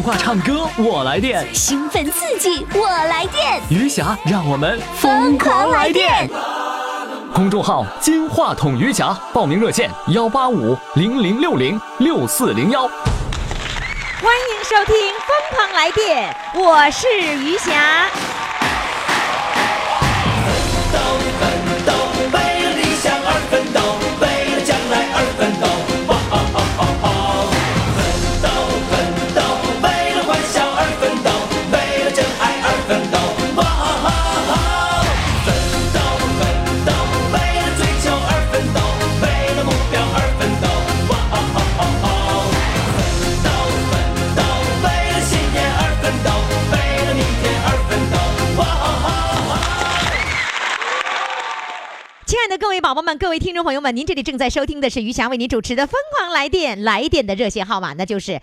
话唱歌我来电， 兴奋刺激我来电， 余霞让我们疯狂来电。公众号金话筒余霞，报名热线18500606401。 欢迎收听《疯狂来电》，我是余霞。 奋斗，为了理想而奋斗，为了将来而奋斗，哇哦哦哦哦！奋斗，为了欢笑而奋斗，为了真爱而奋斗，哇哦哦哦！奋斗，为了追求而奋斗，为了目标而奋斗，哇哦哦哦哦！奋斗，为了信念而奋斗，为了明天而奋斗，哇哦哦哦！ 亲爱的各位宝宝们，各位听众朋友们，您这里正在收听的是余霞为您主持的《疯狂来电》，来电的热线号码那就是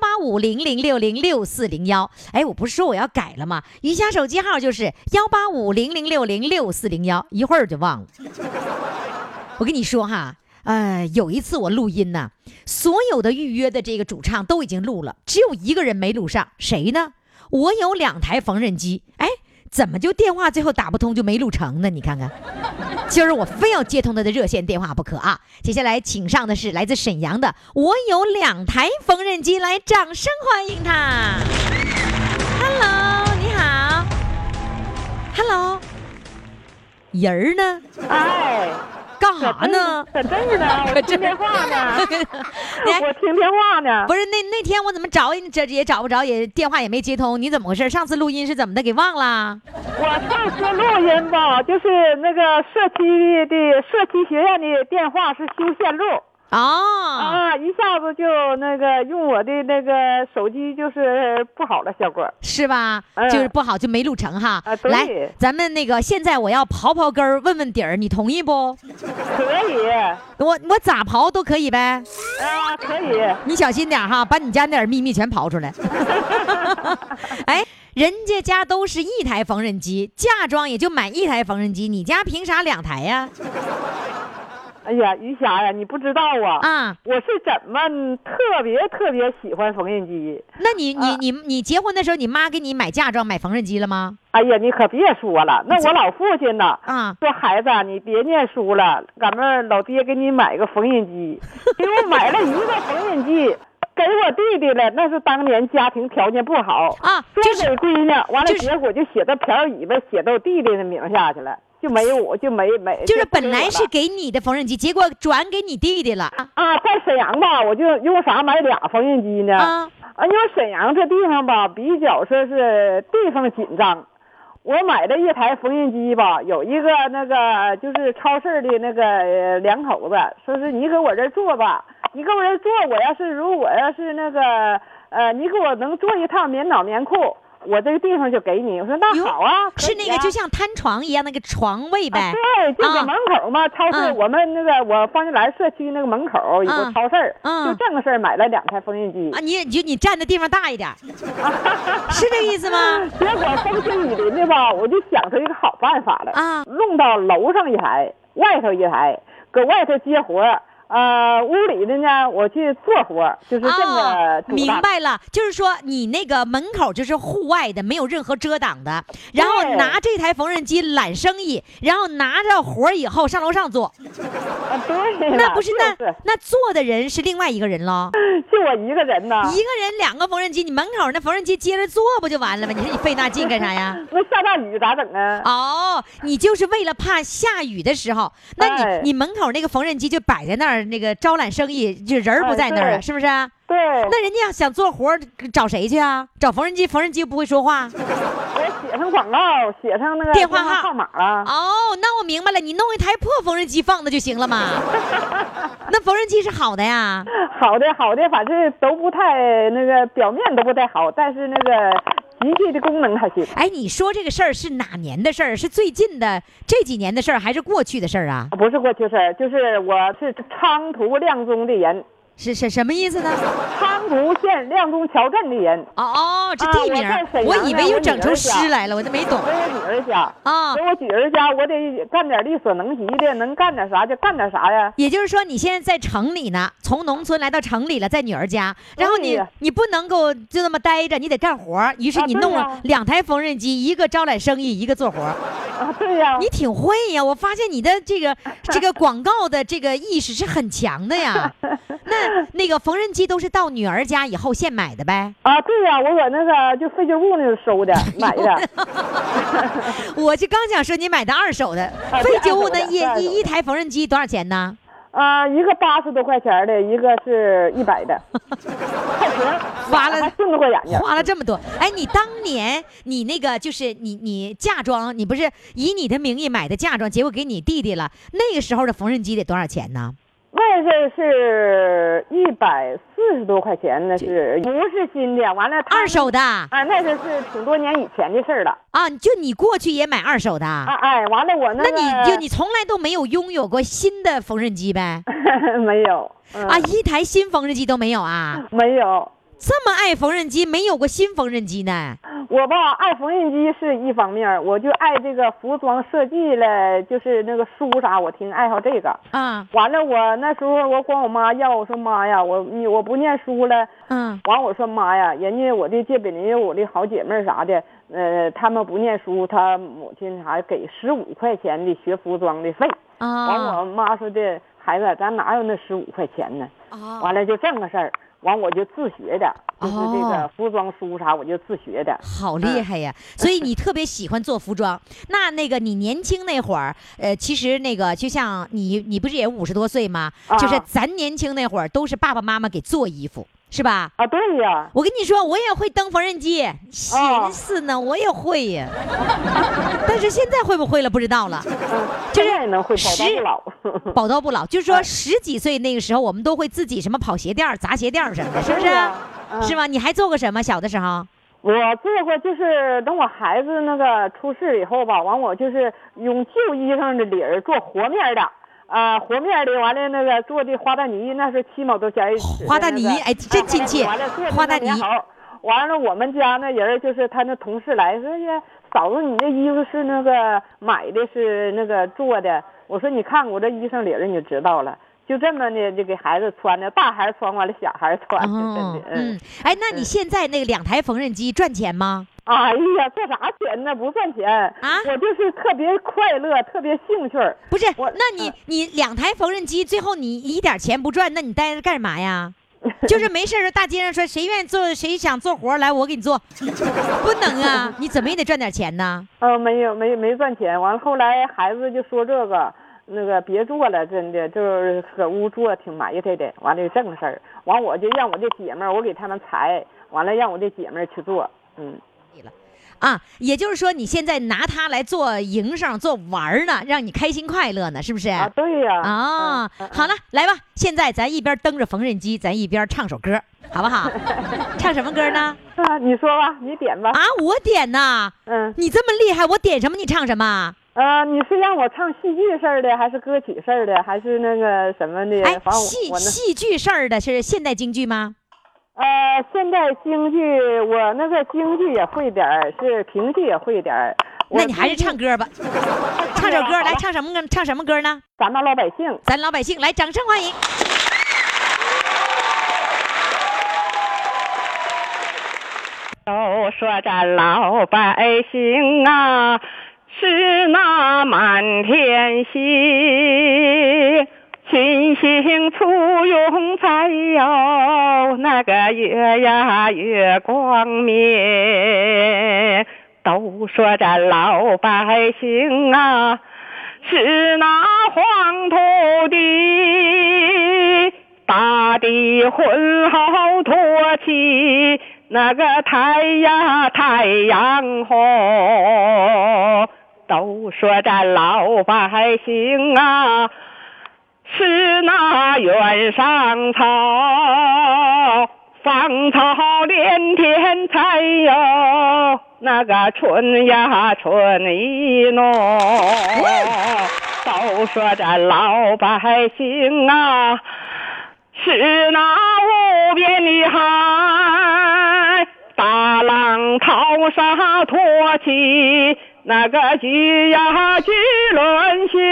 18500606401。哎，我不是说我要改了吗？余霞手机号就是18500606401，一会儿就忘了。我跟你说哈，有一次我录音呢，所有的预约的这个主唱都已经录了，只有一个人没录上，谁呢？我有2台缝纫机，哎，怎么就电话最后打不通就没录成呢？你看看。今儿我非要接通他的热线电话不可啊！接下来请上的是来自沈阳的我有2台缝纫机，来掌声欢迎他。Hello， 你好。Hello， 人儿呢？ 哎， 干啥呢？ 可真是的，我听电话呢。我听电话呢。 不是那天我怎么找你这也找不着，也电话也没接通，你怎么回事？上次录音是怎么的？给忘了？ 我上次录音吧，就是那个社区学院的电话是修线路。一下子就那个用我的那个手机就是不好了，效果是吧？就是不好就没录成哈。来，咱们那个现在我要刨根儿，问问底儿，你同意不？ 可以。 我咋刨都可以呗。 可以。 你小心点哈，把你家那点秘密全刨出来。哎，人家都是1台缝纫机，嫁妆也就买1台缝纫机，你家凭啥2台呀？ 哎呀，余霞呀，你不知道啊！我是怎么特别喜欢缝纫机。 那你结婚的时候，你妈给你买嫁妆买缝纫机了吗？ 哎呀，你可别说了，那我老父亲呢？说孩子，你别念书了，咱们老爹给你买个缝纫机，给我买了1个缝纫机。给我弟弟了，那是当年家庭条件不好说给闺女，完了结果就写到瓢尾巴，写到弟弟的名下去了。就没就是本来是给你的缝纫机，结果转给你弟弟了在沈阳吧，我就用啥买2缝纫机呢？因为沈阳这地方吧，比较说是地方紧张。我买了1台缝纫机吧，有一个那个就是超市的那个2口子说是你搁我这做吧，你搁我这做，如果要是那个你给我能做一套棉袄棉裤。我这个地方就给你，我说那好啊， 是那个就像摊床一样那个床位呗。 对，就搁门口嘛，超市我们那个我方家来社区那个门口有个超市，就这个事儿买了2台缝纫机。 你站的地方大一点，是这个意思吗？ 结果风吹雨淋的吧，我就想出一个好办法了弄到楼上1台，外头1台，搁外头接活。屋里的呢，我去做活，就是这个。 明白了，就是说你那个门口就是户外的，没有任何遮挡的，然后拿这台缝纫机揽生意，然后拿着活以后上楼上做。 对， 那不是那做的人是另外一个人喽？ 就我一个人呢。 一个人2个缝纫机，你门口那缝纫机接着做不就完了吗？你说你费那劲干啥呀？ 那下大雨咋整啊？ 你就是为了怕下雨的时候，那你门口那个缝纫机就摆在那儿。那个招揽生意，就人不在那儿是不是？ 对。 那人家想做活找谁去啊？找缝纫机，缝纫机不会说话。 我写上广告，写上那个电话号码了。 那我明白了，你弄一台破缝纫机放的就行了嘛。那缝纫机是好的呀？ 好的，反正都不太那个表面都不太好，但是那个机器的功能还行。 哎，你说这个事儿是哪年的事儿？是最近的这几年的事儿，还是过去的事儿啊？ 不是过去事儿，就是我是昌图亮中的人。 是什么意思呢？ 昌图县亮中桥镇的人。 哦，这地名，我以为又整出诗来了，我都没懂。 回我女儿家啊， 回我女儿家，我得干点力所能及的，能干点啥就干点啥呀。 也就是说，你现在在城里呢，从农村来到城里了，在女儿家，然后你不能够就那么待着，你得干活。于是你弄了2台缝纫机，一个招揽生意，一个做活。 啊，对呀， 你挺会呀！我发现你的这个广告的这个意识是很强的呀。那个缝纫机都是到女儿家以后现买的呗？ 啊，对呀，我搁那个就废旧物那收的买的。 我就刚想说你买的二手的废旧物，那一台缝纫机多少钱呢？ 一个80多块钱的，一个是100的，太便宜， 花了 40多块钱去， 花了这么多。哎，你当年你那个就是你嫁妆，你不是以你的名义买的嫁妆，结果给你弟弟了，那个时候的缝纫机得多少钱呢？ 那个是140多块钱，那是不是新的？完了， 二手的。 那个是挺多年以前的事儿了。啊， 就你过去也买二手的？ 完了我那你从来都没有拥有过新的缝纫机呗？ 没有。 一台新缝纫机都没有啊？ 没有。 这么爱缝纫机，没有过新缝纫机呢？ 我吧，爱缝纫机是一方面，我就爱这个服装设计了，就是那个书啥，我挺爱好这个。完了，我那时候我管我妈要，我说妈呀，我不念书了。完我说妈呀，人家我的这边人我的好姐妹啥的，他们不念书，他母亲还给15块钱的学服装的费。完我妈说的，孩子，咱哪有那15块钱呢？完了就这么个事儿。完我就自学的，就是这个服装书啥，我就自学的。 好厉害呀！所以你特别喜欢做服装。那个你年轻那会儿，其实那个就像你不是也50多岁吗？就是咱年轻那会儿都是爸爸妈妈给做衣服。是吧？ 对呀。 我跟你说，我也会蹬缝纫机，寻思呢，我也会呀。但是现在会不会了，不知道了。 就是也能会，宝刀不老。 宝刀不老，就是说10几岁那个时候，我们都会自己什么跑鞋垫、砸鞋垫什么的，是不是？是吧？你还做过什么？小的时候？ 我做过，就是等我孩子那个出世以后吧，完我就是用旧衣裳的理儿做和面的。和面的，完了那个做的花旦泥，那是7毛多钱一尺。 花旦泥，哎，真亲切。 完了做花旦泥。 完了我们家那人就是他那同事来说呀，嫂子你这衣服是那个买的，是那个做的。我说你看我这衣裳领你就知道了。就这么的就给孩子穿的，大孩子穿完了，小孩子穿的， 哎，那你现在那个2台缝纫机赚钱吗？ 哎呀，赚啥钱呢？不赚钱啊！我就是特别快乐，特别兴趣。 不是，那你2台缝纫机，最后你一点钱不赚，那你待着干嘛呀？就是没事大街上说谁愿意做，谁想做活来，我给你做，不能啊！你怎么也得赚点钱呢？ 没赚钱。完了后来孩子就说这个。那个别做了，真的就是搁屋做挺埋汰的。完了这个事儿，完我就让我这姐妹儿，我给他们裁，完了让我这姐妹儿去做。 也就是说你现在拿它来做营生、做玩呢，让你开心快乐呢，是不是？ 对呀。 好了，来吧，现在咱一边蹬着缝纫机，咱一边唱首歌，好不好？唱什么歌呢？ 你说吧，你点吧。 我点呐。你这么厉害，我点什么你唱什么？ 你是让我唱戏剧式的，还是歌曲式的，还是那个什么的？ 戏剧式的是现代京剧吗？ 现代京剧，我那个京剧也会点儿，是评剧也会点儿。 那你还是唱歌吧，唱首歌来，唱什么歌呢？ 咱老百姓， 咱老百姓，来，掌声欢迎。 都说咱老百姓啊，是那满天星，群星簇拥才有那个月呀月光明。都说咱老百姓啊，是那黄土地，大地浑厚托起那个太阳红。都说咱老百姓啊，是那原上草，芳草连天才有那个春意浓。都说咱老百姓啊，是那无边的海，大浪托起，那个举呀举论心。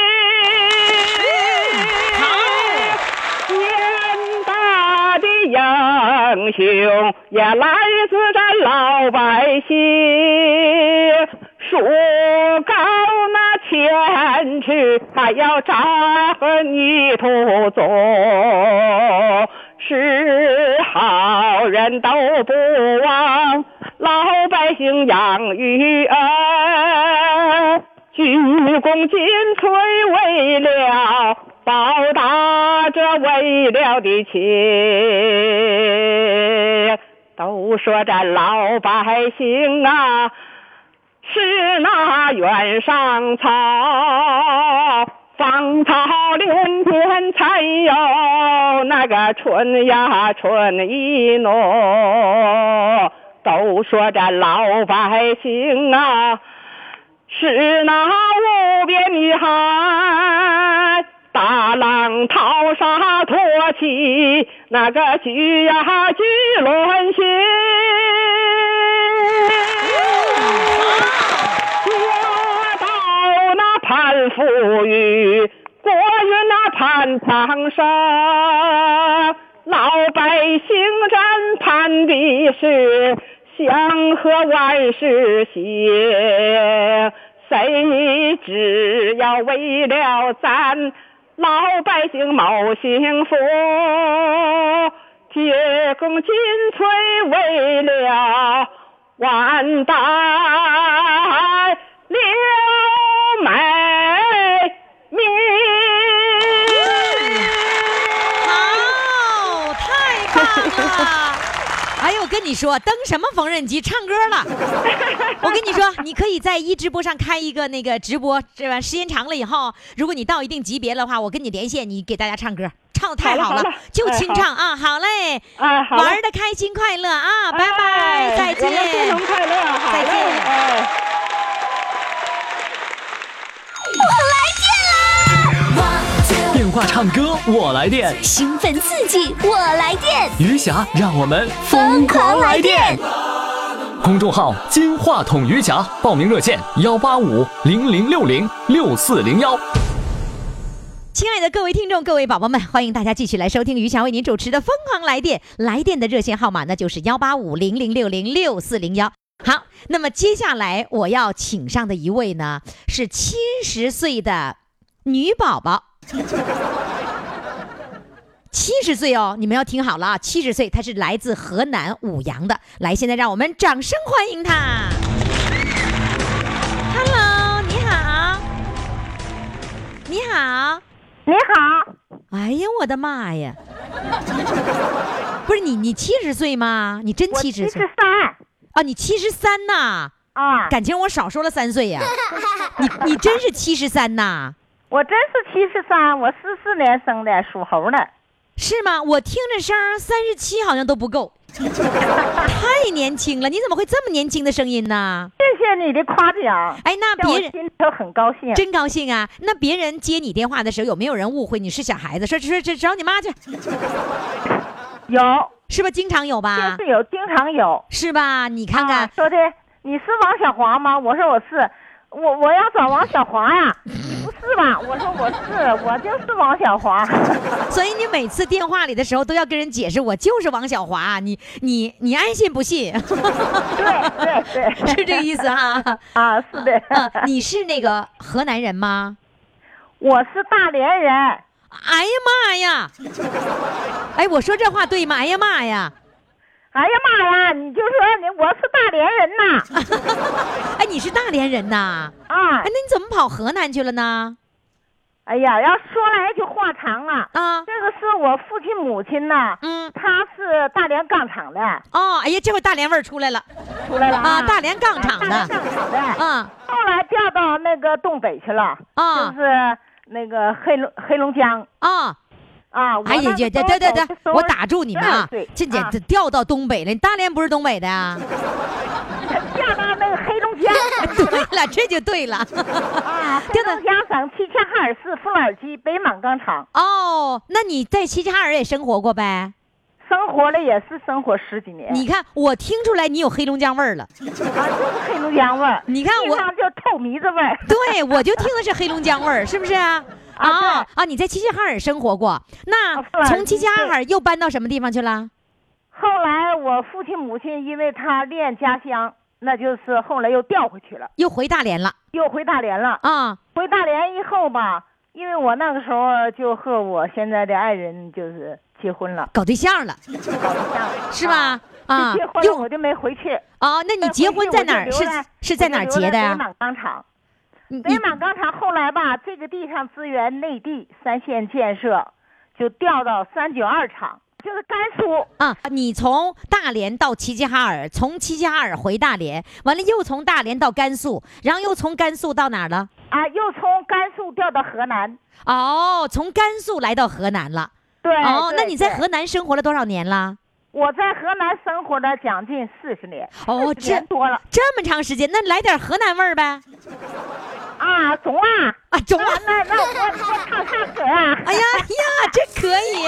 远大的英雄也来自咱老百姓，树高那千尺，还要扎泥土走，是好人都不忘老百姓养育恩，鞠躬尽瘁为了报答这为了的情。都说咱老百姓啊，是那原上草，芳草连天才有那个春呀春意浓。都说咱老百姓啊，是那无边的海，大浪淘沙托起，那个举呀举论心。国到那盼富裕，国运那盼昌盛，老百姓咱盼的是祥和万事兴。谁只要为了咱老百姓谋幸福，鞠躬尽瘁为了万代留美名。 好，太棒了！哎呦，我跟你说，登什么缝纫机，唱歌了。我跟你说，你可以在直播上开一个那个直播，是吧？时间长了以后，如果你到一定级别的话，我跟你连线，你给大家唱歌，唱得太好了，就清唱啊！好嘞， 好玩的开心快乐啊！拜拜，再见， 新年快乐， 再见。 电话唱歌我来电， 兴奋刺激我来电， 余霞让我们疯狂来电。公众号金话筒余霞，报名热线18500606401。 亲爱的各位听众，各位宝宝们，欢迎大家继续来收听余霞为您主持的疯狂来电。来电的热线号码呢就是18500606401。好，那么接下来我要请上的一位呢是70岁的女宝宝。70岁哦，你们要听好了啊！70岁，她是来自河南舞阳的。来，现在让我们掌声欢迎她。Hello， 你好，你好， 你好。 哎呀，我的妈呀！不是你70岁吗？你真70岁？ 我73。 啊，你73呐？ 啊， 感情我少说了3岁呀。你真是73呐？ 我真是73，我44年生的，属猴的。 是吗？我听着声37好像都不够，太年轻了！你怎么会这么年轻的声音呢？ 谢谢你的夸奖。 哎，那别人心里头很高兴， 真高兴啊！那别人接你电话的时候，有没有人误会你是小孩子？说找你妈去。 有， 是吧？经常有吧？ 是有，经常有， 是吧？你看看， 说的你是王小华吗？我说我是。我要找王小华呀，你不是吧？我说我就是王小华。 所以你每次电话里的时候都要跟人解释，我就是王小华，你爱信不信？ 对， 是这个意思哈。 啊，是的。 你是那个河南人吗？ 我是大连人。 哎呀妈呀！哎，我说这话对吗？哎呀妈呀！ 哎呀妈呀！你就说我是大连人呐。 哎，你是大连人呐？ 啊。 哎，那你怎么跑河南去了呢？ 哎呀，要说来就话长了啊。 这个是我父亲母亲呐，他是大连钢厂的。 哦，哎呀，这回大连味儿出来了啊！大连钢厂的。 大连钢厂的。 啊。 后来调到那个东北去了。啊。就是那个黑龙江。 啊。啊！哎呀，对，我打住你们啊！这调到东北了，你大连不是东北的啊？ 调到那个黑龙江。 对了，这就对了。 啊，黑龙江省齐齐哈尔市富尔基北满钢厂。 哦，那你在齐齐哈尔也生活过呗？ 生活了也是生活10几年。 你看，我听出来你有黑龙江味儿了。 就是黑龙江味儿。 你看我就臭迷子味儿。 对，我就听的是黑龙江味儿，是不是啊？你在齐齐哈尔生活过，那从齐齐哈尔又搬到什么地方去了？ 后来我父亲母亲因为他恋家乡，那就是后来又调回去了， 又回大连了。 啊！回大连以后吧，因为我那个时候就和我现在的爱人就是结婚了， 搞对象了，是吧？啊， 结婚了我就没回去。 哦，那你结婚在哪儿？是在哪儿结的呀？ 北满钢厂。北满钢厂后来吧，这个地上支援内地3线建设，就调到392厂，就是甘肃啊。你从大连到齐齐哈尔，从齐齐哈尔回大连，完了又从大连到甘肃，然后又从甘肃到哪儿了？ 啊，又从甘肃调到河南。 哦，从甘肃来到河南了。 对。 哦，那你在河南生活了多少年了？ 我在河南生活了将近40年。 哦， 这多了， 这么长时间，那来点河南味儿呗。 啊，中啊， 中啊， 那我唱啥歌啊？ 哎呀，这可以。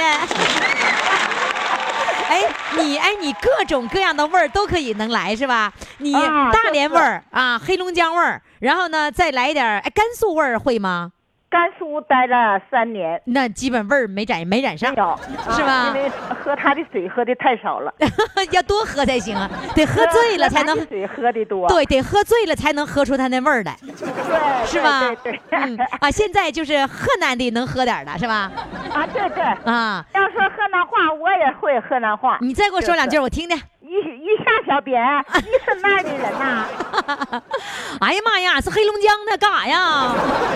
你各种各样的味儿都可以能来是吧？你大连味儿啊，黑龙江味儿，然后呢再来点甘肃味儿会吗？ 甘肃待了3年， 那基本味儿没染上，是吧？ 因为喝他的水喝的太少了， 要多喝才行啊，得喝醉了才能。 水喝的多， 对，得喝醉了才能喝出它那味儿来， 对， 是吧？ 对。 现在就是河南的能喝点的是吧？ 啊，对。 啊， 要说河南话，我也会河南话。 你再给我说2句我听听。 于夏小编，你是哪儿的人呐？ 哎呀妈呀，是黑龙江的，干啥呀？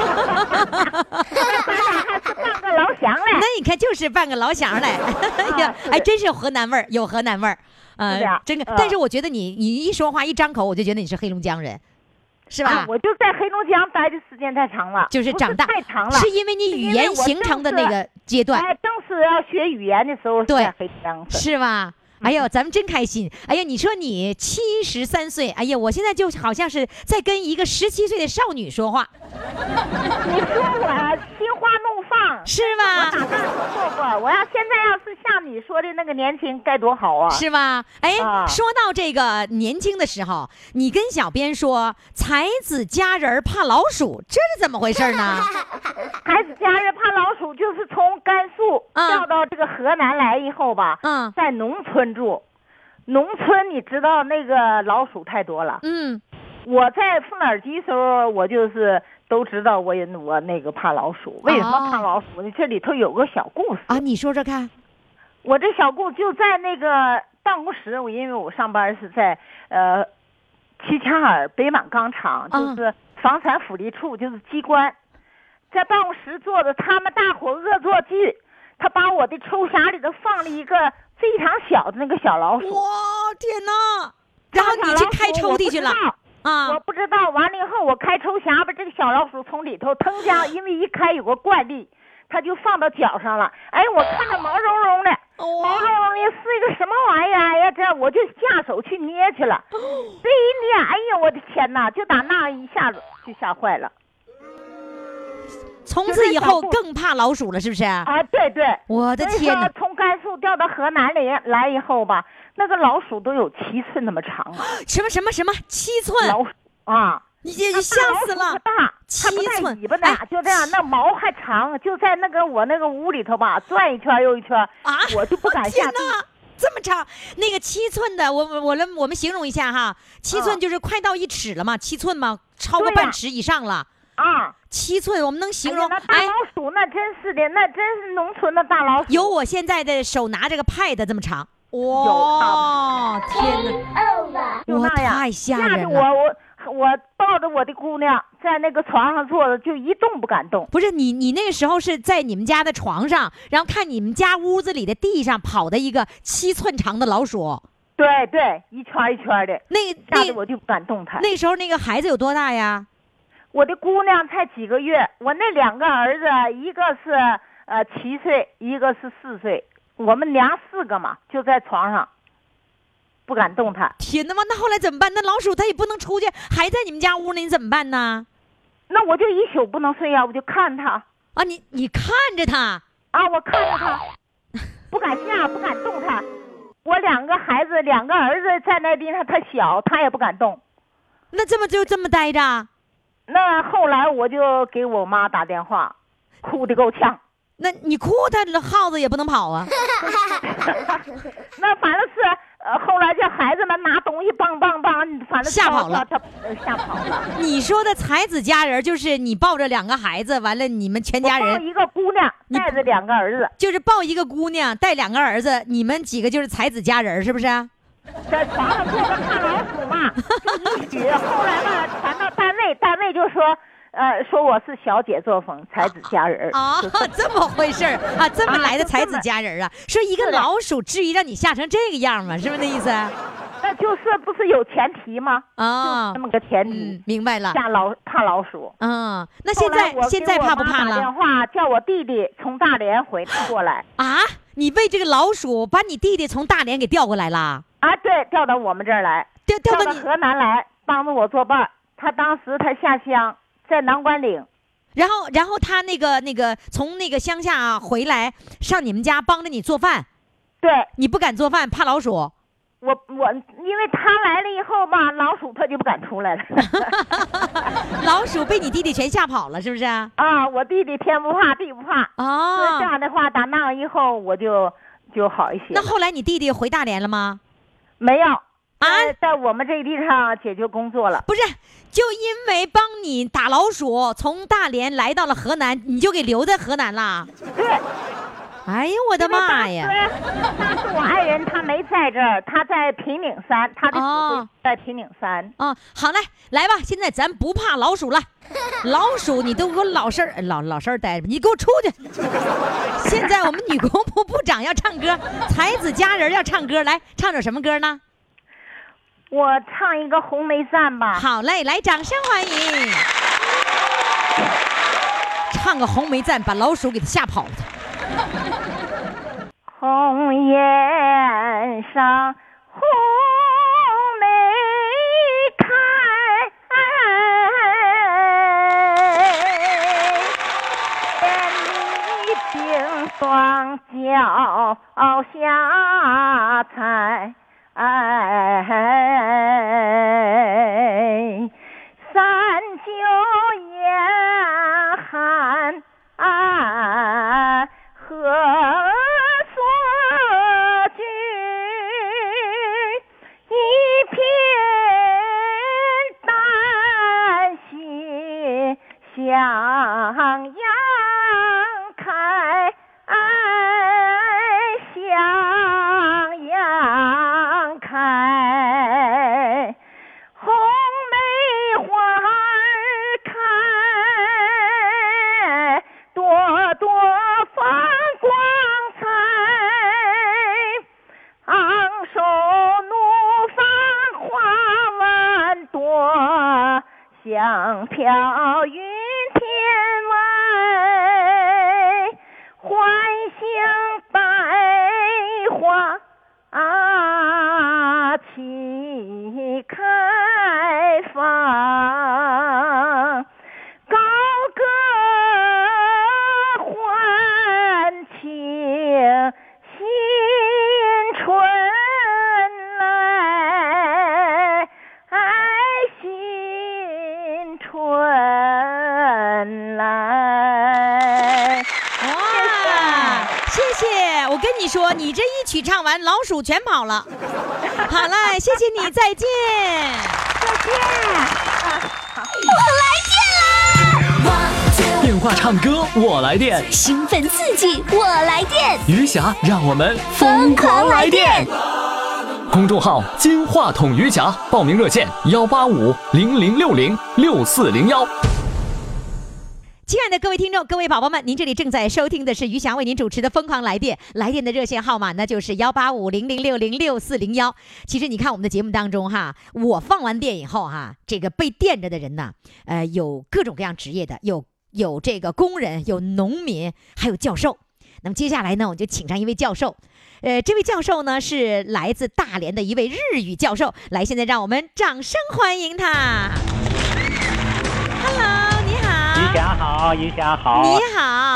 还是半个老乡嘞。 那你看就是半个老乡嘞。真是有河南味儿，有河南味儿。真的。但是我觉得你一说话一张口，我就觉得你是黑龙江人，是吧？ 我就在黑龙江待的时间太长了， 就是长大太长了， 是因为你语言形成的那个阶段。 正是要学语言的时候，对，黑龙江是吧？哎呦，咱们真开心！哎呀，你说你73岁，哎呀，我现在就好像是在跟一个17岁的少女说话。 你说我心花怒放， 是吧？ 我哪敢说过？我现在要是像你说的那个年轻，该多好啊！ 是吧？说到这个年轻的时候，你跟小编说才子佳人怕老鼠，这是怎么回事呢？ 才子佳人怕老鼠，就是从甘肃调到这个河南来以后吧，在农村住，农村你知道那个老鼠太多了。我在妇哪儿集时候，我就是都知道我那个怕老鼠。为什么怕老鼠呢？这里头有个小故事啊，你说说看。 我这小故就在那个办公室，因为我上班是在齐齐哈尔北满钢厂，就是房产福利处，就是机关，在办公室坐着，他们大伙恶作剧，他把我的抽匣里头放了一个非常小的那个小老鼠。 哇，天哪！然后你去开抽屉去了啊？ 我不知道。完了以后，我开抽匣，把这个小老鼠从里头腾家，因为一开有个惯例，它就放到脚上了。我看着毛茸茸的，毛茸茸的是一个什么玩意儿呀？这我就下手去捏去了。这一捏，哎呀，我的天哪！就打那一下子就吓坏了。 从此以后更怕老鼠了，是不是？ 啊，对。 我的天哪！ 从甘肃调到河南来以后吧，那个老鼠都有7寸那么长啊！ 什么7寸？ 老鼠啊！ 你吓死了！ 大 7寸， 尾巴大，就这样，那毛还长，就在我那个屋里头吧，转一圈又一圈啊！我就不敢下地。 这么长，那个7寸的，我们形容一下哈，7寸就是快到1尺了嘛，7寸嘛，超过半尺以上了啊 ！7寸，我们能形容？ 那大老鼠那真是的，那真是农村的大老鼠， 有我现在的手拿这个pad这么长。哇，天哪！我太吓人了。 我抱着我的姑娘在那个床上坐着，就一动不敢动。 不是你那个时候是在你们家的床上，然后看你们家屋子里的地上跑的一个7寸长的老鼠。 对，一圈一圈的。吓得我就不敢动弹。 那时候那个孩子有多大呀？ 我的姑娘才几个月，我那2个儿子，一个是7岁，一个是4岁，我们娘4个嘛，就在床上。不敢动弹。 天哪！那后来怎么办？那老鼠它也不能出去，还在你们家屋呢，你怎么办呢？ 那我就一宿不能睡呀，我就看它啊。你看着它啊，我看着它，不敢下，不敢动它。 2个孩子，2个儿子在那地方，他小，他也不敢动。 那就这么待着？ 那后来我就给我妈打电话，哭得够呛。 那你哭，他耗子也不能跑啊。 那反正是后来这孩子们拿东西梆，反正吓跑了， 吓跑了。 你说的才子佳人就是你抱着2个孩子，完了你们全家人。 我抱一个姑娘，带着2个儿子。 就是抱一个姑娘，带2个儿子，你们几个就是才子佳人，是不是？ 在床上坐着看老鼠嘛，就一许。后来嘛，传到单位就说。说我是小姐作风，才子佳人啊，这么回事啊，这么来的才子佳人啊。说一个老鼠至于让你吓成这个样吗？是不是那意思？ 那就是不是有前提吗？ 啊， 这么个前提。 明白了。 怕老鼠。 嗯，那现在怕不怕了？ 打电话叫我弟弟从大连过来。 啊，你为这个老鼠把你弟弟从大连给调过来了？ 啊，对，调到我们这儿来，调到河南来帮着我作伴。他当时他下乡。在南关岭， 然后他那个从那个乡下回来上你们家帮着你做饭， 对， 你不敢做饭怕老鼠， 我因为他来了以后吧，老鼠他就不敢出来了， 老鼠被你弟弟全吓跑了，是不是啊？ 啊，我弟弟天不怕地不怕， 哦， 这样的话打那以后我就好一些。 那后来你弟弟回大连了吗？ 没有。 啊， 在我们这地上解决工作了。 不是，就因为帮你打老鼠，从大连来到了河南，你就给留在河南了？ 对。 哎呦我的妈呀！ 当时我爱人他没在这儿，他在平顶山，他的祖辈在平顶山。 哦，好嘞，来吧，现在咱不怕老鼠了。老鼠你都给我老实儿待着，你给我出去！现在我们女工部部长要唱歌，才子佳人要唱歌，来唱首什么歌呢？ 我唱一个红梅赞吧。 好嘞，来，掌声欢迎。唱个红梅赞，把老鼠给它吓跑了。 红颜上红梅开，千里冰霜脚下踩。三九严寒何所惧？一片丹心向阳开，向阳开，红梅花儿开，朵朵放光彩，昂首怒放花万朵，香飘云天外，幻想百花齐开放，高歌欢庆新春来，新春来。 哇，谢谢！我跟你说，你这一曲唱完，老鼠全跑了。好了，谢谢你，再见。 再见。 我来电啦！ 电话唱歌我来电， 兴奋刺激我来电， 余霞让我们疯狂来电。公众号金话筒余霞，报名热线18500606401。 亲爱的各位听众、各位宝宝们，您这里正在收听的是余霞为您主持的《疯狂来电》，来电的热线号码呢就是18500606401。其实你看我们的节目当中哈，我放完电以后哈，这个被电着的人呢，有各种各样职业的，有这个工人，有农民，还有教授。那么接下来呢，我就请上一位教授，这位教授呢是来自大连的一位日语教授，来，现在让我们掌声欢迎他。Hello。 余霞好，余霞好， 你好，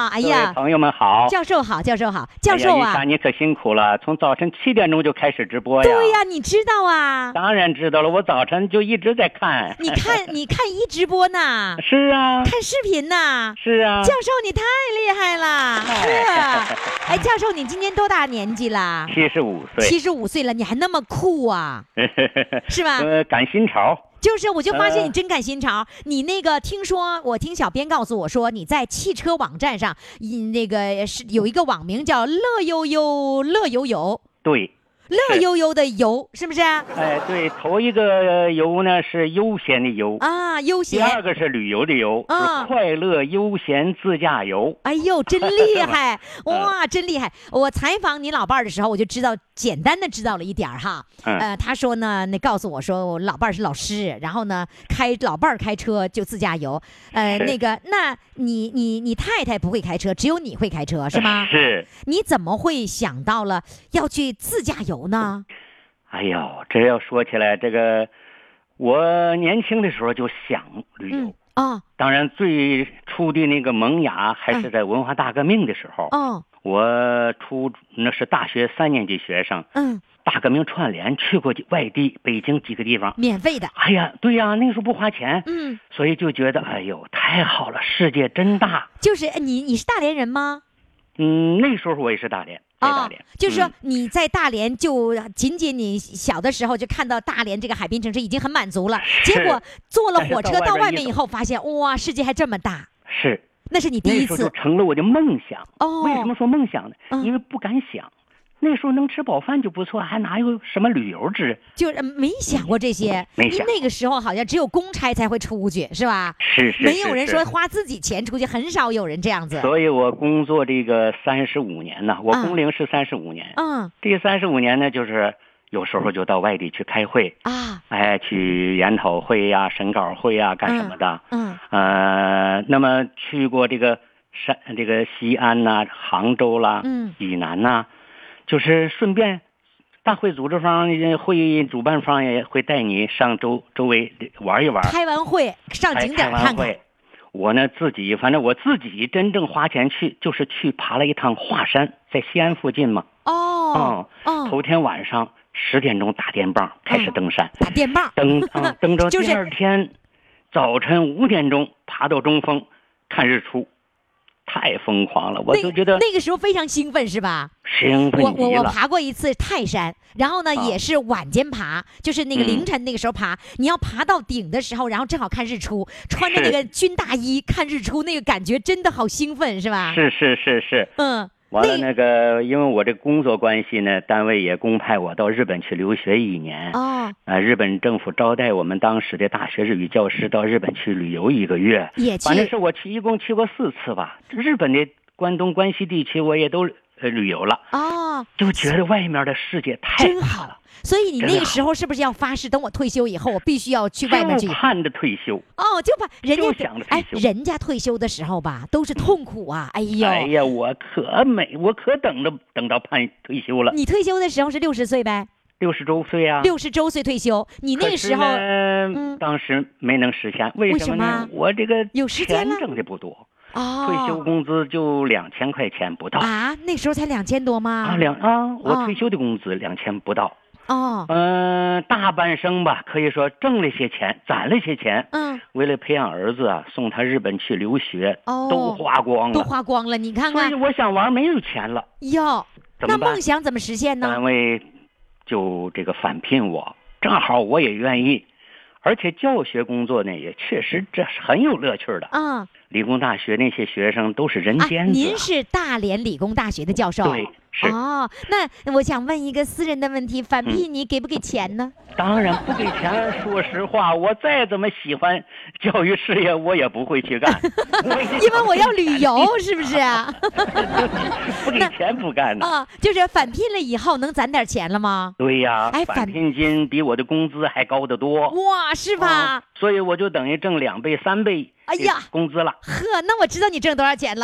哎呀， 朋友们好， 教授好，教授好，教授啊， 玉霞你可辛苦了，从早晨7点钟就开始直播呀。 对呀，你知道啊？ 当然知道了，我早晨就一直在看。 你看一直播呢？ 是啊。 看视频呢？ 是啊。 教授你太厉害了，哎，教授你今年多大年纪了 ？75岁。 75岁了，你还那么酷啊？是吧？ 赶新潮。 就是，我就发现你真赶新潮。你那个我听小编告诉我说，你在汽车网站上，那个是有一个网名叫乐悠悠。 对。 乐悠悠的悠是不是？ 哎，对，头一个悠呢是悠闲的悠啊，悠闲。 第二个是旅游的游，是快乐悠闲自驾游。 哎呦，真厉害哇，真厉害！我采访你老伴儿的时候，我就简单的知道了一点哈。他说呢，告诉我说，我老伴儿是老师，然后呢，老伴儿开车就自驾游。那你太太不会开车，只有你会开车是吗？ 是。 你怎么会想到了要去自驾游呢？ 哎呦，这要说起来，这个我年轻的时候就想旅游当然最初的那个萌芽还是在文化大革命的时候。我那是大学3年级学生。大革命串联去过外地，北京几个地方， 免费的。 哎呀，对呀，那个时候不花钱。所以就觉得，哎呦，太好了，世界真大。 就是你是大连人吗？ 那时候我也是大连，在大连。 就是说你在大连就仅仅你小的时候就看到大连这个海滨城市已经很满足了，结果坐了火车到外面以后发现，哇，世界还这么大。 是。 那是你第一次。 那时候就成了我的梦想。为什么说梦想呢？因为不敢想。那时候能吃饱饭就不错，还哪有什么旅游之？ 就是没想过这些。 没想。 那个时候好像只有公差才会出去，是吧？ 是。 没有人说花自己钱出去，很少有人这样子。 所以我工作这个35年呢，我工龄是35年。这35年呢，就是有时候就到外地去开会去研讨会呀、审稿会呀，干什么的。那么去过这个西安呐、杭州啦、济南呐。就是顺便，大会组织方、会议主办方也会带你上周围玩一玩。开完会上景点看看。 我呢反正我自己真正花钱去，就是去爬了一趟华山，在西安附近嘛。头天晚上10点钟打电棒开始登山。 打电棒。 登着第二天早晨5点钟爬到中峰看日出。太疯狂了，我就觉得那个时候非常兴奋，是吧？ 兴奋极了。 我爬过一次泰山，然后呢也是晚间爬，就是那个凌晨那个时候爬。你要爬到顶的时候，然后正好看日出，穿着那个军大衣看日出，那个感觉真的好兴奋，是吧？ 是。完了因为我这工作关系呢，单位也公派我到日本去留学1年。日本政府招待我们当时的大学日语教师到日本去旅游1个月。反正是我一共去过4次吧。日本的关东关西地区我也都旅游了。就觉得外面的世界太真好。所以你那个时候是不是要发誓，等我退休以后，我必须要去外面去？ 就盼着退休。 就怕人家想着退休。 人家退休的时候吧，都是痛苦啊！哎呀，我可等到盼退休了。 你退休的时候是60岁呗 ？60周岁啊 ！60周岁退休，你那个时候当时没能实现，为什么呢？我这个钱挣的不多。退休工资就2000块钱不到啊！那时候才2000多吗？ 我退休的工资2000不到。大半生吧，可以说挣了些钱，攒了些钱。为了培养儿子送他日本去留学，都花光了。 你看看， 所以我想玩没有钱了。 那梦想怎么实现呢？ 单位就这个返聘我，正好我也愿意，而且教学工作呢也确实这是很有乐趣的。理工大学那些学生都是人尖子。 您是大连理工大学的教授？ 对，是。 那我想问一个私人的问题，返聘你给不给钱呢？ 当然不给钱。说实话，我再怎么喜欢教育事业，我也不会去干。 因为我要旅游，是不是啊？ 不给钱不干呢。 就是返聘了以后能攒点钱了吗？ 对呀，返聘金比我的工资还高得多。 哇，是吧？ 所以我就等于挣2倍3倍。工资了。 那我知道你挣多少钱了。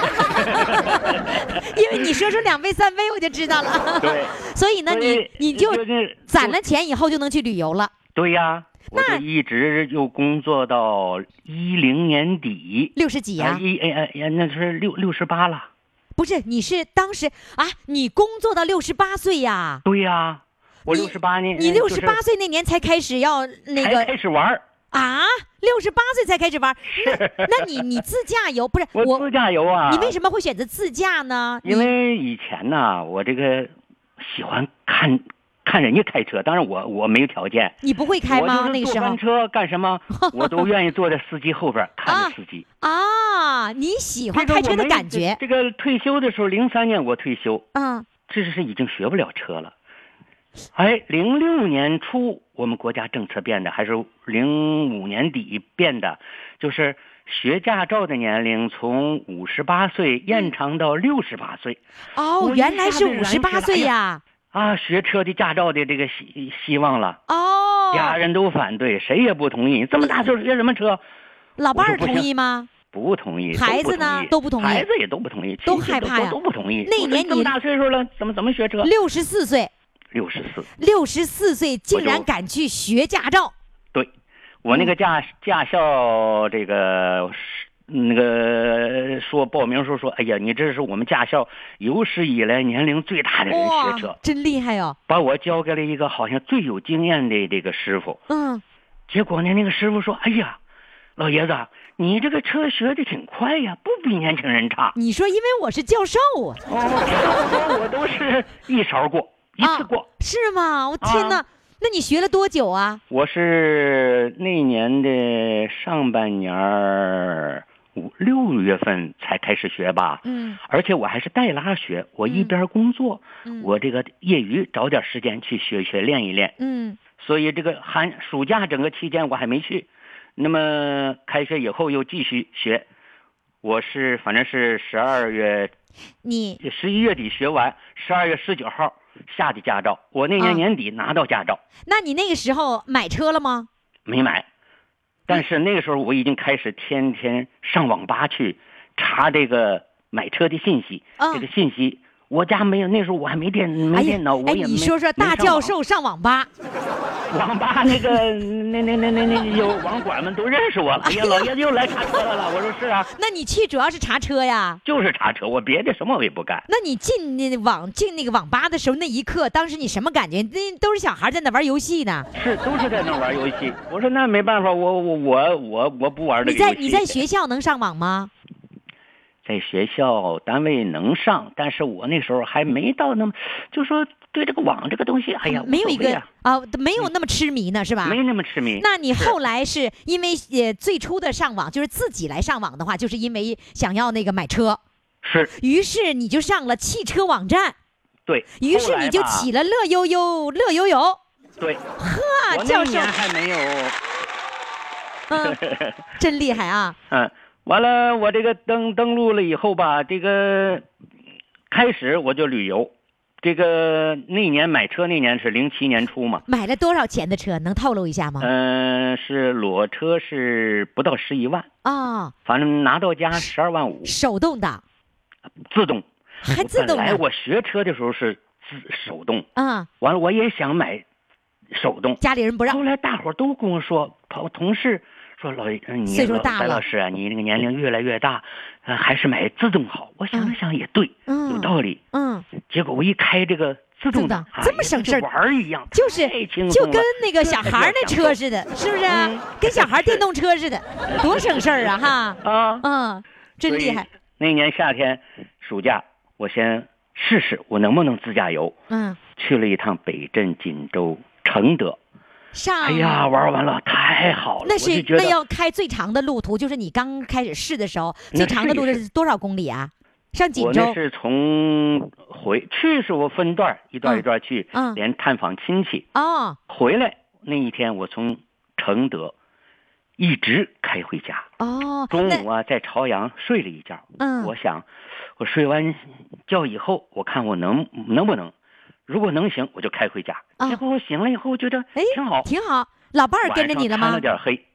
因为你说出2倍3倍，我就知道了。 对。 所以呢，你就攒了钱以后就能去旅游了。 对呀。 我就一直又工作到10年底 ，60几呀？ 那是68了。 不是，你是当时啊？你工作到68岁呀？ 对呀，我68年。 你68岁那年才开始要那个开始玩啊？68岁才开始玩？那你自驾游不是？ 我自驾游啊。 你为什么会选择自驾呢？ 因为以前呢，我这个喜欢看人家开车，当然我没有条件。 你不会开吗？那个时候坐班车干什么？我都愿意坐在司机后边看着司机。 你喜欢开车的感觉。 这个退休的时候，03年我退休。这是已经学不了车了。06年初我们国家政策变的，还是05年底变的，就是学驾照的年龄从58岁延长到68岁。 原来是58岁呀！ 学车的驾照的这个希望了。家人都反对，谁也不同意。这么大岁数学什么车？ 老伴儿同意吗？ 不同意。 孩子呢？都不同意。 孩子也都不同意， 都害怕呀， 都不同意。 那年你这么大岁数了，怎么学车 ？64岁。64岁竟然敢去学驾照。 对，我那个驾校这个那个说报名时候说，哎呀，你这是我们驾校有史以来年龄最大的人学车， 真厉害哦！ 把我交给了一个好像最有经验的这个师傅。结果呢，那个师傅说，哎呀，老爷子，你这个车学的挺快呀，不比年轻人差。 你说因为我是教授啊。 我都是一勺过。一次过。 是吗？我天哪！那你学了多久啊？ 我是那年的上半年6月份才开始学吧。而且我还是带拉学，我一边工作，我这个业余找点时间去学练一练。所以这个暑假整个期间我还没去，那么开学以后又继续学。我是反正是11月底学完，12月19号下的驾照，我那年年底拿到驾照。 那你那个时候买车了吗？ 没买，但是那个时候我已经开始天天上网吧去查这个买车的信息。这个信息我家没有，那时候我还没电脑，我也没。 你说说大教授上网吧。 网吧那个那有网管们都认识我了。哎呀，老爷子又来查车了。我说是啊。 那你去主要是查车呀？ 就是查车，我别的什么我也不干。 那你进那个网吧的时候，那一刻，当时你什么感觉？那都是小孩在那玩游戏呢。 是，都是在那玩游戏。我说那没办法，我不玩这个游戏。 你在学校能上网吗？ 在学校单位能上，但是我那时候还没到那么，就说对这个网这个东西，哎呀， 没有一个没有那么痴迷呢，是吧？ 没那么痴迷。 那你后来是因为最初的上网就是自己来上网的话，就是因为想要那个买车， 是。 于是你就上了汽车网站， 对。 于是你就起了乐悠悠。 对。 呵，教授还没有。 真厉害啊！ 完了，我这个登录了以后吧，这个开始我就旅游。这个那年买车那年是07年初嘛。 买了多少钱的车？能透露一下吗？ 是裸车是不到11万反正拿到家12万5。 手动挡？ 自动。 还自动？ 本来我学车的时候是手动。完了我也想买手动， 家里人不让。 后来大伙都跟我说，同事说你岁数大了， 白老师啊，你那个年龄越来越大，还是买自动好。我想了想也对，有道理。结果我一开这个自动挡， 这么省事玩一样， 就是就跟那个小孩那车似的，是不是？跟小孩电动车似的，多省事儿啊！哈真厉害。 那年夏天暑假，我先试试我能不能自驾游。去了一趟北镇、锦州、承德。哎呀，玩完了，太好了！ 那要开最长的路途，就是你刚开始试的时候，最长的路是多少公里啊？上锦州。 我那是从去是我分段，一段一段去，连探访亲戚。回来那一天，我从承德一直开回家。中午啊，在朝阳睡了一觉。我想，我睡完觉以后，我看我能不能。如果能行，我就开回家。结果我醒了以后，觉得挺好。 老伴儿跟着你了吗？ 晚上天了点黑，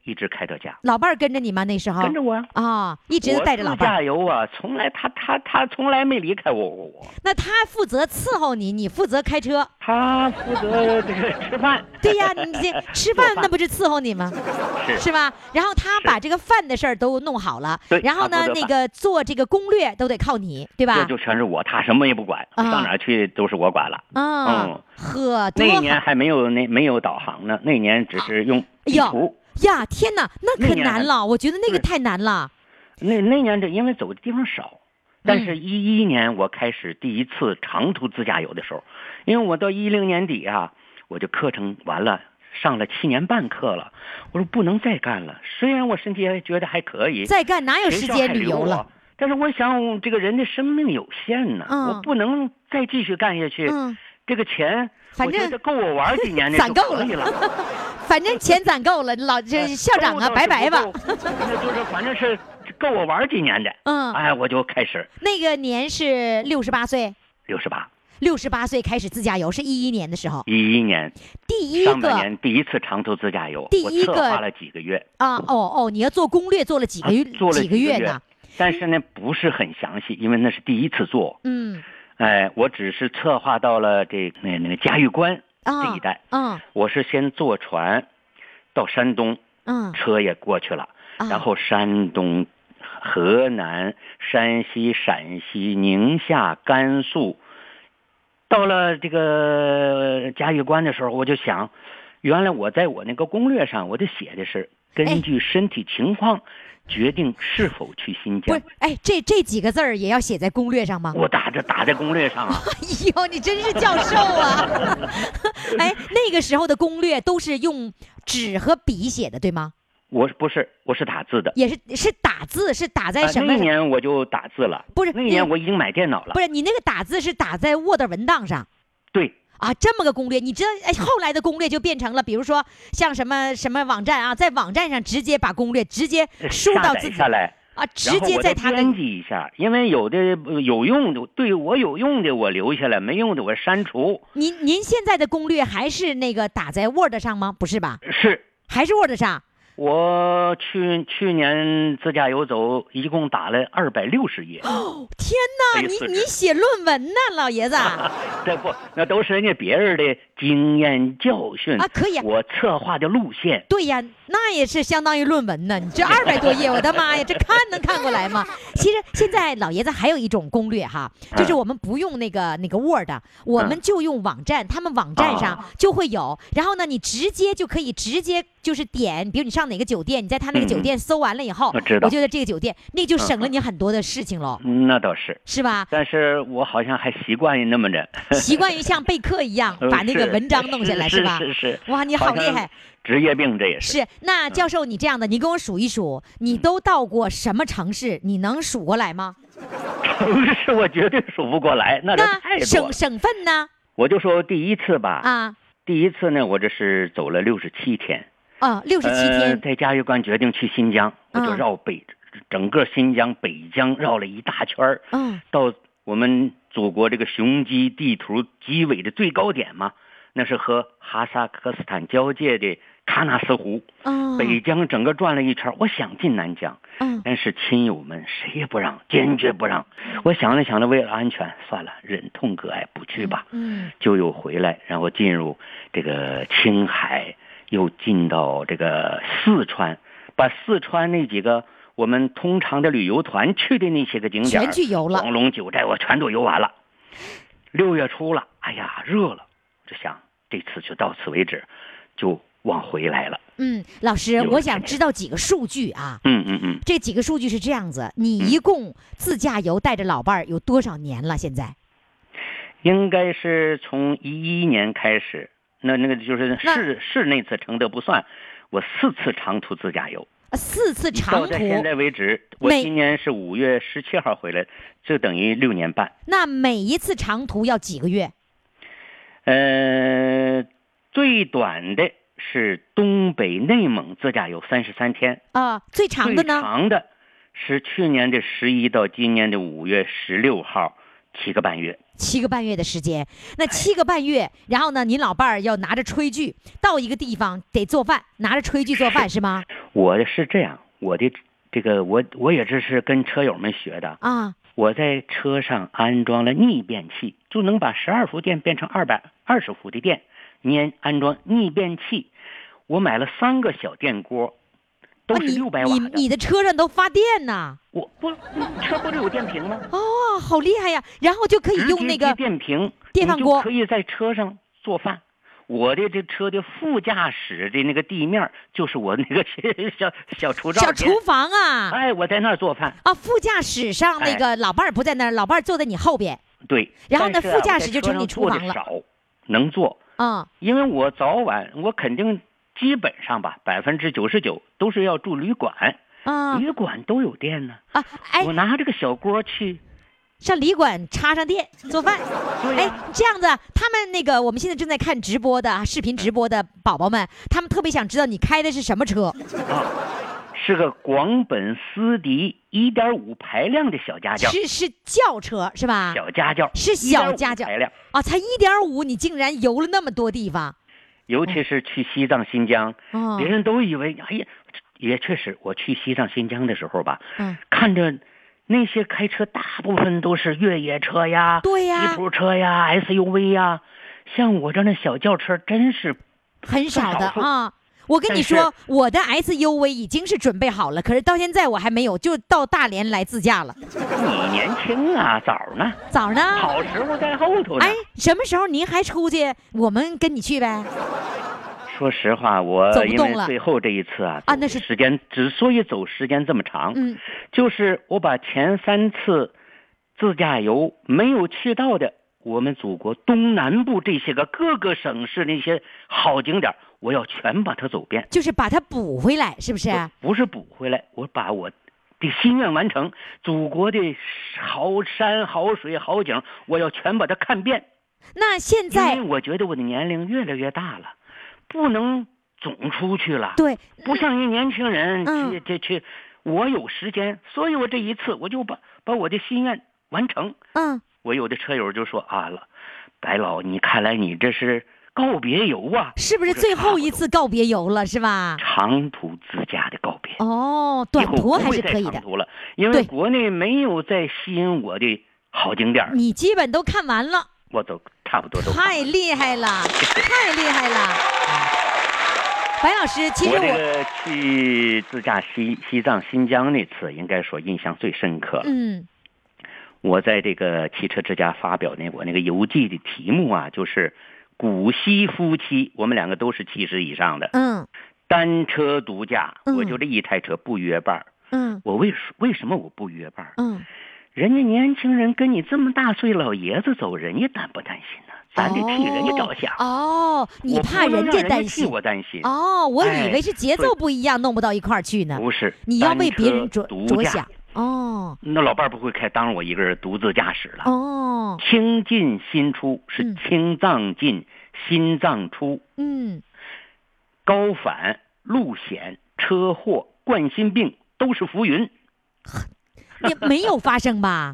一直开到家。 老伴儿跟着你吗？那时候跟着我呀。 一直带着老伴儿。 自驾游啊，从来他从来没离开我。 那他负责伺候你，你负责开车。 他负责这个吃饭。 对呀，你这吃饭那不是伺候你吗？是吧？然后他把这个饭的事儿都弄好了，然后呢，那个做这个攻略都得靠你，对吧？ 这就全是我，他什么也不管，上哪去都是我管了。 呵， 那一年还没有导航呢，那年只是用地图。 呀，天哪，那可难了，我觉得那个太难了。 那年因为走的地方少，但是11年我开始第一次长途自驾游的时候，因为我到10年底啊，我就课程完了，上了7年半课了，我说不能再干了。虽然我身体还觉得还可以， 再干哪有时间旅游了？ 但是我想这个人的生命有限呢，我不能再继续干下去。这个钱反正够我玩几年的，攒够了。 反正钱攒够了，校长啊，拜拜吧。 那就是反正是够我玩几年的。我就开始。 那个年是68岁。68岁开始自驾游，是11年的时候。 11年。上半年第一次长途自驾游， 我策划了几个月。 你要做攻略，做了几个月呢？ 但是呢，不是很详细，因为那是第一次做。我只是策划到了那个嘉峪关这一带。我是先坐船到山东，车也过去了，然后山东、河南、山西、陕西、宁夏、甘肃，到了这个嘉峪关的时候，我就想，原来我在我那个攻略上，我就写的是根据身体情况决定是否去新疆。 不是，这几个字儿也要写在攻略上吗？ 我打在攻略上啊。 哎呦，你真是教授啊！那个时候的攻略都是用纸和笔写的，对吗？ 我是打字的。 也是打字，是打在什么？ 那年我就打字了。 不是， 那年我已经买电脑了。 不是，你那个打字是打在 Word 文档上。 对。 这么个攻略，你知道，后来的攻略就变成了，比如说像什么网站啊，在网站上直接把攻略直接输到自己下来直接在他编辑一下，因为有的有用的，对我有用的我留下来，没用的我删除。 您现在的攻略还是那个打在 Word 上吗？不是吧？ 是， 还是 Word 上。 我去年自驾游走，一共打了260页。 天哪，你写论文呢，老爷子？ 那都是人家别人的经验教训可以我策划的路线。 对呀，那也是相当于论文呢。你这200多页，我的妈呀，这能看过来吗？其实现在老爷子还有一种攻略哈，就是我们不用那个 Word，我们就用网站，他们网站上就会有。然后呢，你直接就是点，比如你上哪个酒店，你在他那个酒店搜完了以后，我觉得这个酒店那就省了你很多的事情喽。 那倒是吧？ 但是我好像还习惯于那么着， 习惯于像备课一样把那个文章弄下来，是吧？ 是。 哇，你好厉害！ 职业病这也是。 那教授，你这样的，你跟我数一数，你都到过什么城市？你能数过来吗？ 城市我绝对数不过来，那太多了。 省份呢？ 我就说第一次吧。第一次呢，我这是走了67天。 67天。 在嘉峪关决定去新疆，我就绕整个新疆北疆绕了一大圈到我们祖国这个雄鸡地图极纬的最高点嘛，那是和哈萨克斯坦交界的喀纳斯湖。北疆整个转了一圈，我想进南疆，但是亲友们谁也不让，坚决不让。我想了，为了安全，算了，忍痛割爱，不去吧。就又回来，然后进入这个青海，又进到这个四川，把四川那几个我们通常的旅游团去的那些个景点全去游了， 黄龙九寨我全都游完了。6月初了，哎呀，热了，就想这次就到此为止，就往回来了。 老师，我想知道几个数据啊。这几个数据是这样子，你一共自驾游带着老伴儿有多少年了？现在应该是从11年开始，那个就是是那次承德不算，我4次长途自驾游。 4次长途， 到现在为止，我今年是5月17号回来，这等于6年半。 那每一次长途要几个月？ 最短的是东北内蒙自驾游33天最长的呢？ 最长的是去年的11到今年的5月16号，7个半月。 7个半月的时间，那7个半月，然后呢，您老伴儿要拿着炊具到一个地方得做饭，拿着炊具做饭是吗？ 我是这样，我的这个我也这是跟车友们学的啊。我在车上安装了逆变器，就能把12伏电变成220伏的电。你安装逆变器，我买了3个小电锅，都是600瓦的。 你的车上都发电呢？ 车不是有电瓶吗？ 哦，好厉害呀！然后就可以用那个电瓶电饭锅， 就可以在车上做饭。我的这车的副驾驶的那个地面就是我那个小厨灶、 小厨房啊！ 哎，我在那儿做饭啊。副驾驶上那个老伴儿不在那儿，老伴儿坐在你后边。 对。 然后呢，副驾驶就成你厨房了。 少能做啊，因为我早晚我肯定基本上吧，99%都是要住旅馆啊，旅馆都有电呢啊。哎，我拿这个小锅去。 上旅馆插上电做饭，哎，这样子，他们那个我们现在正在看直播的视频直播的宝宝们，他们特别想知道你开的是什么车啊？是个广本斯迪1.5排量的小家轿， 是轿车是吧？ 小家轿是小家轿排量啊，才1.5，你竟然游了那么多地方， 尤其是去西藏新疆，别人都以为哎呀，也确实，我去西藏新疆的时候吧，看着。那些开车大部分都是越野车呀， 对呀， 吉普车呀 ，SUV 呀，像我这那小轿车真是很少的啊。我跟你说，我的 SUV 已经是准备好了，可是到现在我还没有，就到大连来自驾了。 你年轻啊，早呢？ 早呢？ 好时候在后头呢。 哎，什么时候您还出去？我们跟你去呗。 说实话，我因为最后这一次啊， 那是时间之所以走时间这么长，就是我把前3次自驾游没有去到的我们祖国东南部这些个各个省市那些好景点，我要全把它走遍， 就是把它补回来，是不是？ 不是补回来，我把我的心愿完成，祖国的好山好水好景，我要全把它看遍。 那现在， 因为我觉得我的年龄越来越大了。不能总出去了， 对， 不像一年轻人去，我有时间，所以我这一次我就把我的心愿完成。我有的车友就说啊，白老，你看来你这是告别游啊， 是不是最后一次告别游了，是吧？ 长途自驾的告别。 哦，短途还是可以的。 长途了，因为国内没有再吸引我的好景点。 你基本都看完了。 我都差不多都太厉害了，太厉害了，白老师。其实我这个去自驾西藏新疆那次，应该说印象最深刻了。我在这个汽车之家发表我那个游记的题目啊，就是古稀夫妻，我们2个都是70以上的，单车独驾，我就这一台车不约伴。我为什么我不约伴？人家年轻人跟你这么大岁老爷子走，人家担不担心呢？咱得替人家着想。 哦，你怕人家担心， 我担心。 哦，我以为是节奏不一样，弄不到一块儿去呢。 不是， 你要为别人着想。 哦，那老伴儿不会开，当然我一个人独自驾驶了。 哦， 清进新出是青藏进，心脏出。高反、路险、车祸、冠心病都是浮云。 也没有发生吧？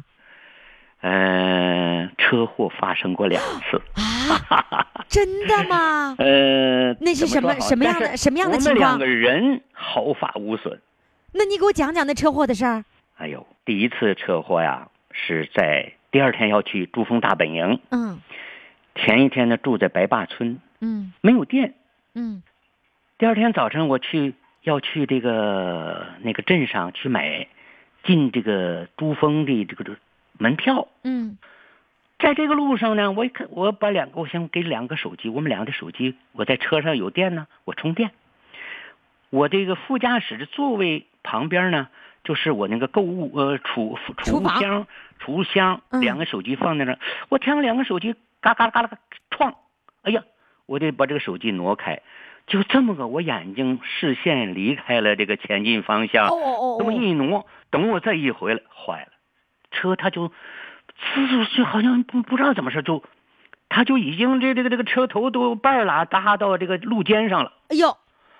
车祸发生过2次啊？真的吗？那是什么样的情况？ 我们2个人毫发无损。 那你给我讲讲那车祸的事儿。 哎呦，第一次车祸呀，是在第2天要去珠峰大本营。前一天呢住在白坝村。没有电。第2天早晨要去这个那个镇上去买。进这个珠峰的这个门票。在这个路上呢，我先给2个手机，我们2个的手机，我在车上有电呢，我充电。我这个副驾驶的座位旁边呢，就是我那个储物箱，2个手机放在那儿，我听2个手机嘎嘎嘎嘎撞，哎呀，我得把这个手机挪开。就这么个，我眼睛视线离开了这个前进方向，这么一挪，等我再一回来，坏了，车它就好像不知道怎么事，它就已经这个车头都半拉搭到这个路肩上了。哎呦，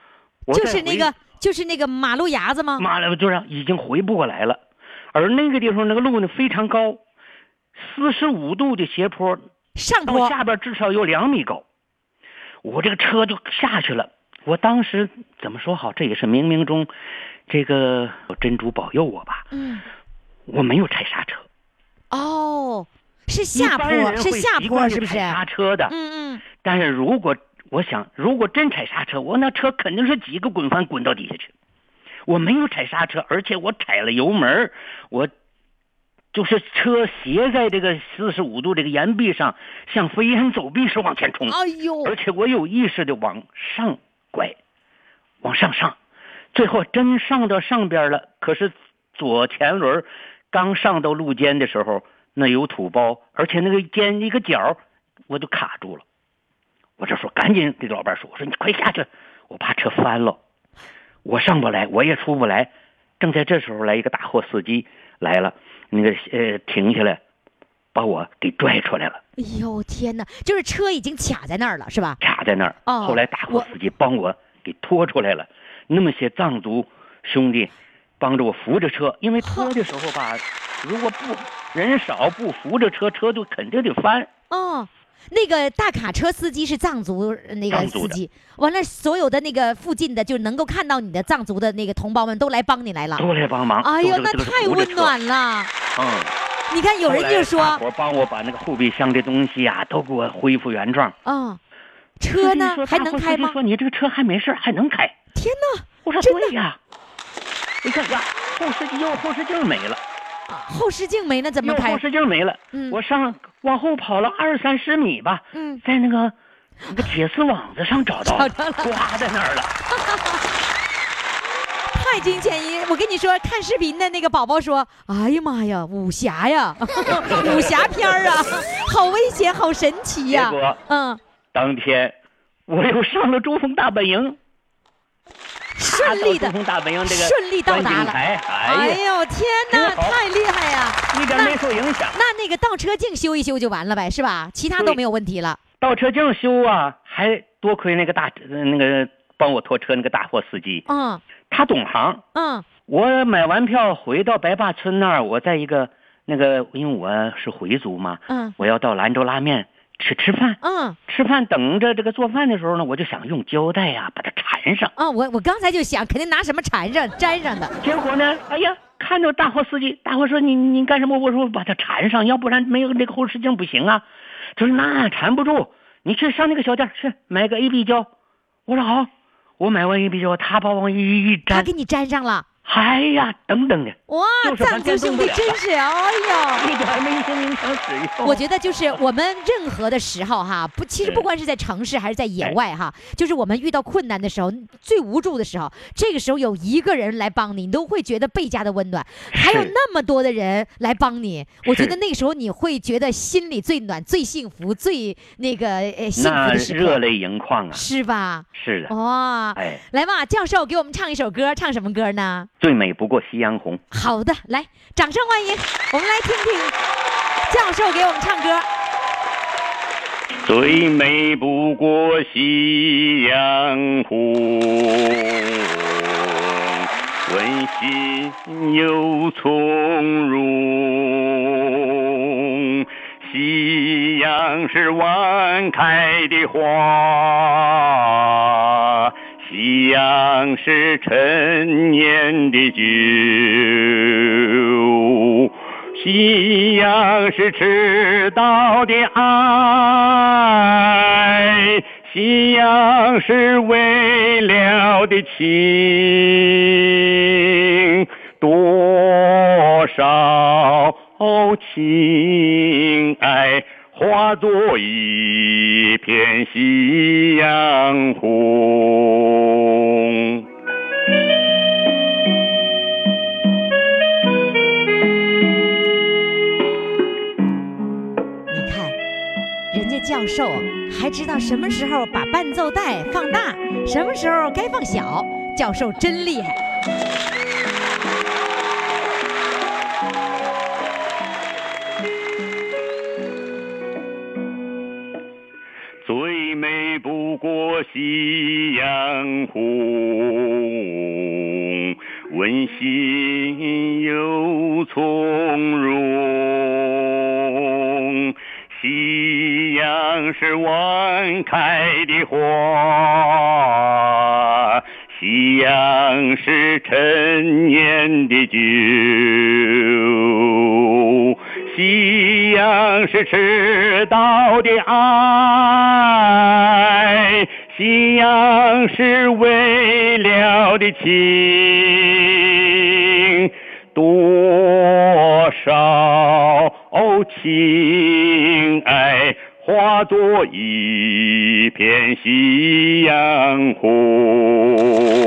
就是那个马路牙子吗？ 就是已经回不过来了，而那个地方那个路呢非常高，45度的斜坡， 上坡到下边至少有2米高。我这个车就下去了， 我当时怎么说好？这也是冥冥中，这个真主保佑我吧。我没有踩刹车。 哦，是下坡，是下坡，是不是？ 踩刹车的。但是如果真踩刹车，我那车肯定是几个滚翻滚到底下去。我没有踩刹车，而且我踩了油门，我就是车斜在这个45度这个岩壁上，像飞檐走壁似往前冲。 哎呦！ 而且我有意识的往上拐，往上上，最后真上到上边了。可是左前轮刚上到路肩的时候，那有土包，而且那个尖一个角我就卡住了。我这时候赶紧给老伴说：“我说你快下去，我怕车翻了。”我上不来，我也出不来。正在这时候，来一个大货司机来了，那个停下来，把我给拽出来了。 哎呦天哪！就是车已经卡在那儿了，是吧？ 卡在那儿。后来大货司机帮我给拖出来了。那么些藏族兄弟帮着我扶着车，因为拖的时候吧，如果不人少不扶着车，车就肯定得翻。 那个大卡车司机是藏族那个司机，完了所有的那个附近的就能够看到你的藏族的那个同胞们都来帮你来了， 都来帮忙。 哎呦，那太温暖了。你看有人就说， 我帮我把那个后备箱的东西啊都给我恢复原状。 车呢还能开吗？ 说你这个车还没事，还能开。 天哪！ 我说对呀。你看呀，后视镜没了。 后视镜没了怎么开？ 后视镜没了。我往后跑了20-30米吧。在那个铁丝网子上找到了，挂在那儿了。 太惊险！我跟你说，看视频的那个宝宝说：“哎呀妈呀，武侠呀，武侠片啊，好危险，好神奇呀！” 结果，当天我又上了珠峰大本营。 顺利的，顺利到达了。哎呦天哪，太厉害呀！ 一点没受影响。 那个倒车镜修一修就完了呗，是吧？其他都没有问题了。 倒车镜修啊，还多亏那个帮我拖车那个大货司机。他懂行。我买完票回到白坝村那儿，我在一个因为我是回族嘛。我要到兰州拉面吃饭。吃饭等着这个做饭的时候呢，我就想用胶带呀把它缠上。 我刚才就想肯定拿什么缠上粘上的。 结果呢，哎呀，看到大货司机，大货说你干什么？我说把它缠上，要不然没有那个后视镜不行啊。他说那缠不住，你去上那个小店去买个 AB 胶。我说好，我买完 AB 胶，他把我一粘， 他给你粘上了。 哎呀，等等的， 哇，藏族兄弟真是，哎呀， 一点没影响使用。 我觉得就是我们任何的时候哈，其实不管是在城市还是在野外哈，就是我们遇到困难的时候，最无助的时候，这个时候有一个人来帮你，你都会觉得倍加的温暖。还有那么多的人来帮你，我觉得那个时候你会觉得心里最暖、最幸福、最那个幸福的时刻， 那热泪盈眶啊， 是吧？ 是的。 哇，来吧，教授给我们唱一首歌，唱什么歌呢？ 最美不过夕阳红。 好的，来，掌声欢迎，我们来听听教授给我们唱歌。 最美不过夕阳红，温馨又从容。夕阳是晚开的花，夕阳是陈年的酒，夕阳是迟到的爱，夕阳是未了的情，多少情爱化作一片夕阳红。 你看，人家教授还知道什么时候把伴奏带放大，什么时候该放小，教授真厉害。 最美不过夕阳红，温馨又从容。夕阳是晚开的花，夕阳是陈年的酒，夕阳是迟到的爱，夕阳是未了的情，多少情爱化作一片夕阳红。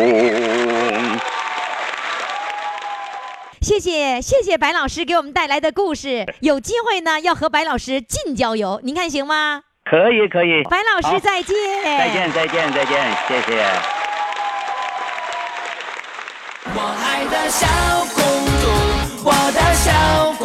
谢谢白老师给我们带来的故事，有机会呢要和白老师近郊游，您看行吗？ 可以。 白老师再见。 再见，谢谢。 我爱的小公主，我的小